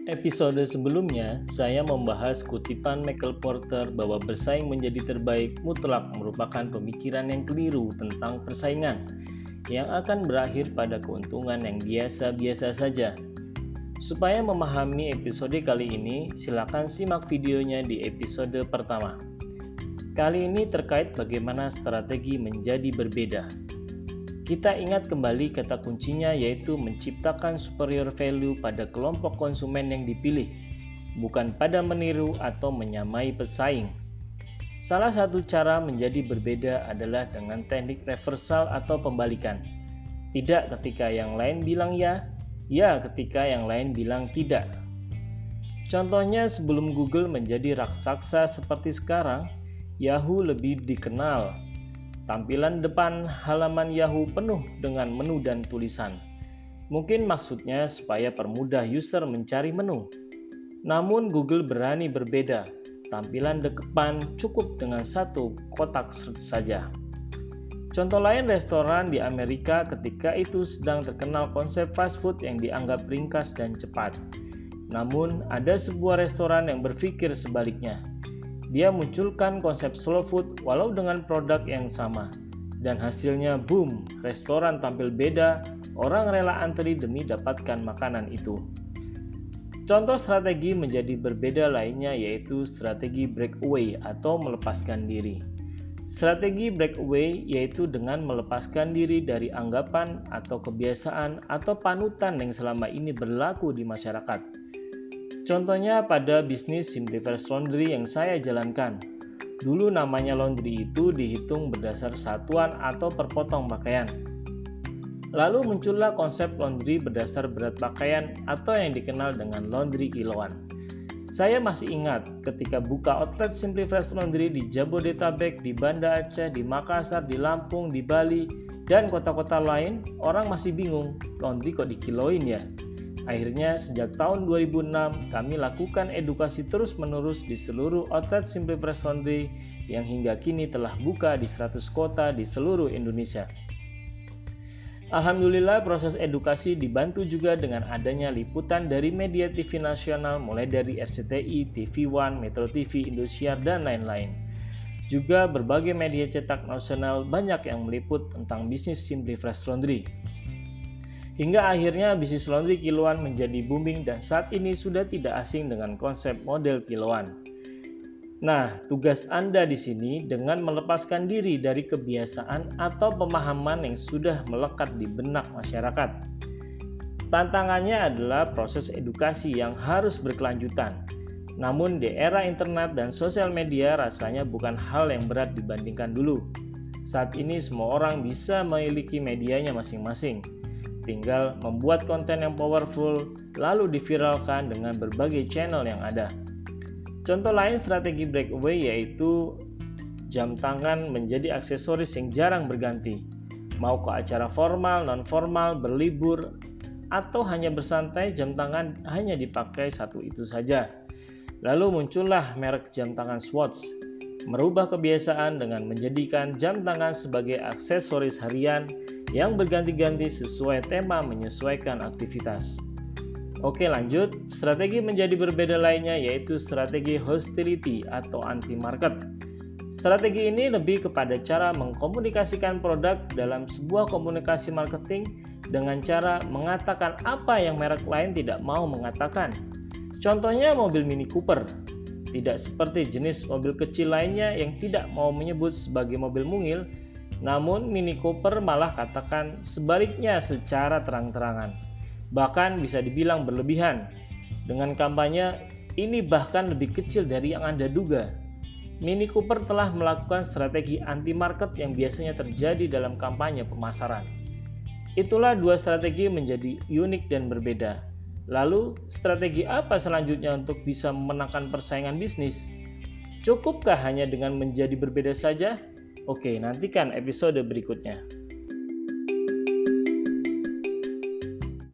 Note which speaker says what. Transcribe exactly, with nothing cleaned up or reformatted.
Speaker 1: Episode sebelumnya, saya membahas kutipan Michael Porter bahwa bersaing menjadi terbaik mutlak merupakan pemikiran yang keliru tentang persaingan, yang akan berakhir pada keuntungan yang biasa-biasa saja. Supaya memahami episode kali ini, silakan simak videonya di episode pertama. Kali ini terkait bagaimana strategi menjadi berbeda. Kita ingat kembali kata kuncinya yaitu menciptakan superior value pada kelompok konsumen yang dipilih, bukan pada meniru atau menyamai pesaing. Salah satu cara menjadi berbeda adalah dengan teknik reversal atau pembalikan. Tidak ketika yang lain bilang ya, ya ketika yang lain bilang tidak. Contohnya sebelum Google menjadi raksasa seperti sekarang, Yahoo lebih dikenal. Tampilan depan halaman Yahoo penuh dengan menu dan tulisan. Mungkin maksudnya supaya permudah user mencari menu. Namun Google berani berbeda. Tampilan depan cukup dengan satu kotak saja. Contoh lain restoran di Amerika ketika itu sedang terkenal konsep fast food yang dianggap ringkas dan cepat. Namun ada sebuah restoran yang berpikir sebaliknya. Dia munculkan konsep slow food walau dengan produk yang sama. Dan hasilnya boom, restoran tampil beda, orang rela antri demi dapatkan makanan itu. Contoh strategi menjadi berbeda lainnya yaitu strategi breakaway atau melepaskan diri. Strategi breakaway yaitu dengan melepaskan diri dari anggapan atau kebiasaan atau panutan yang selama ini berlaku di masyarakat. Contohnya pada bisnis Simpliverse Laundry yang saya jalankan. Dulu namanya laundry itu dihitung berdasar satuan atau perpotong pakaian. Lalu muncullah konsep laundry berdasar berat pakaian atau yang dikenal dengan laundry kiloan. Saya masih ingat ketika buka outlet Simpliverse Laundry di Jabodetabek, di Banda Aceh, di Makassar, di Lampung, di Bali, dan kota-kota lain, orang masih bingung, laundry kok dikiloin ya? Akhirnya sejak tahun dua ribu enam kami lakukan edukasi terus-menerus di seluruh outlet Simpliverse Laundry yang hingga kini telah buka di seratus kota di seluruh Indonesia. Alhamdulillah proses edukasi dibantu juga dengan adanya liputan dari media T V nasional mulai dari R C T I, T V One, Metro T V, Indosiar, dan lain-lain. Juga berbagai media cetak nasional banyak yang meliput tentang bisnis Simpliverse Laundry. Hingga akhirnya bisnis laundry kiloan menjadi booming dan saat ini sudah tidak asing dengan konsep model kiloan. Nah, tugas Anda di sini dengan melepaskan diri dari kebiasaan atau pemahaman yang sudah melekat di benak masyarakat. Tantangannya adalah proses edukasi yang harus berkelanjutan. Namun di era internet dan sosial media rasanya bukan hal yang berat dibandingkan dulu. Saat ini semua orang bisa memiliki medianya masing-masing. Tinggal membuat konten yang powerful, lalu diviralkan dengan berbagai channel yang ada. Contoh lain strategi breakaway yaitu jam tangan menjadi aksesoris yang jarang berganti. Mau ke acara formal, non-formal, berlibur, atau hanya bersantai, jam tangan hanya dipakai satu itu saja. Lalu muncullah merek jam tangan Swatch, merubah kebiasaan dengan menjadikan jam tangan sebagai aksesoris harian yang berganti-ganti sesuai tema menyesuaikan aktivitas. Oke lanjut, strategi menjadi berbeda lainnya yaitu strategi hostility atau anti-market. Strategi ini lebih kepada cara mengkomunikasikan produk dalam sebuah komunikasi marketing dengan cara mengatakan apa yang merek lain tidak mau mengatakan. Contohnya mobil Mini Cooper. Tidak seperti jenis mobil kecil lainnya yang tidak mau menyebut sebagai mobil mungil, namun Mini Cooper malah katakan sebaliknya secara terang-terangan. Bahkan bisa dibilang berlebihan. Dengan kampanye ini bahkan lebih kecil dari yang Anda duga. Mini Cooper telah melakukan strategi anti-market yang biasanya terjadi dalam kampanye pemasaran. Itulah dua strategi menjadi unik dan berbeda. Lalu, strategi apa selanjutnya untuk bisa memenangkan persaingan bisnis? Cukupkah hanya dengan menjadi berbeda saja? Oke, nantikan episode berikutnya.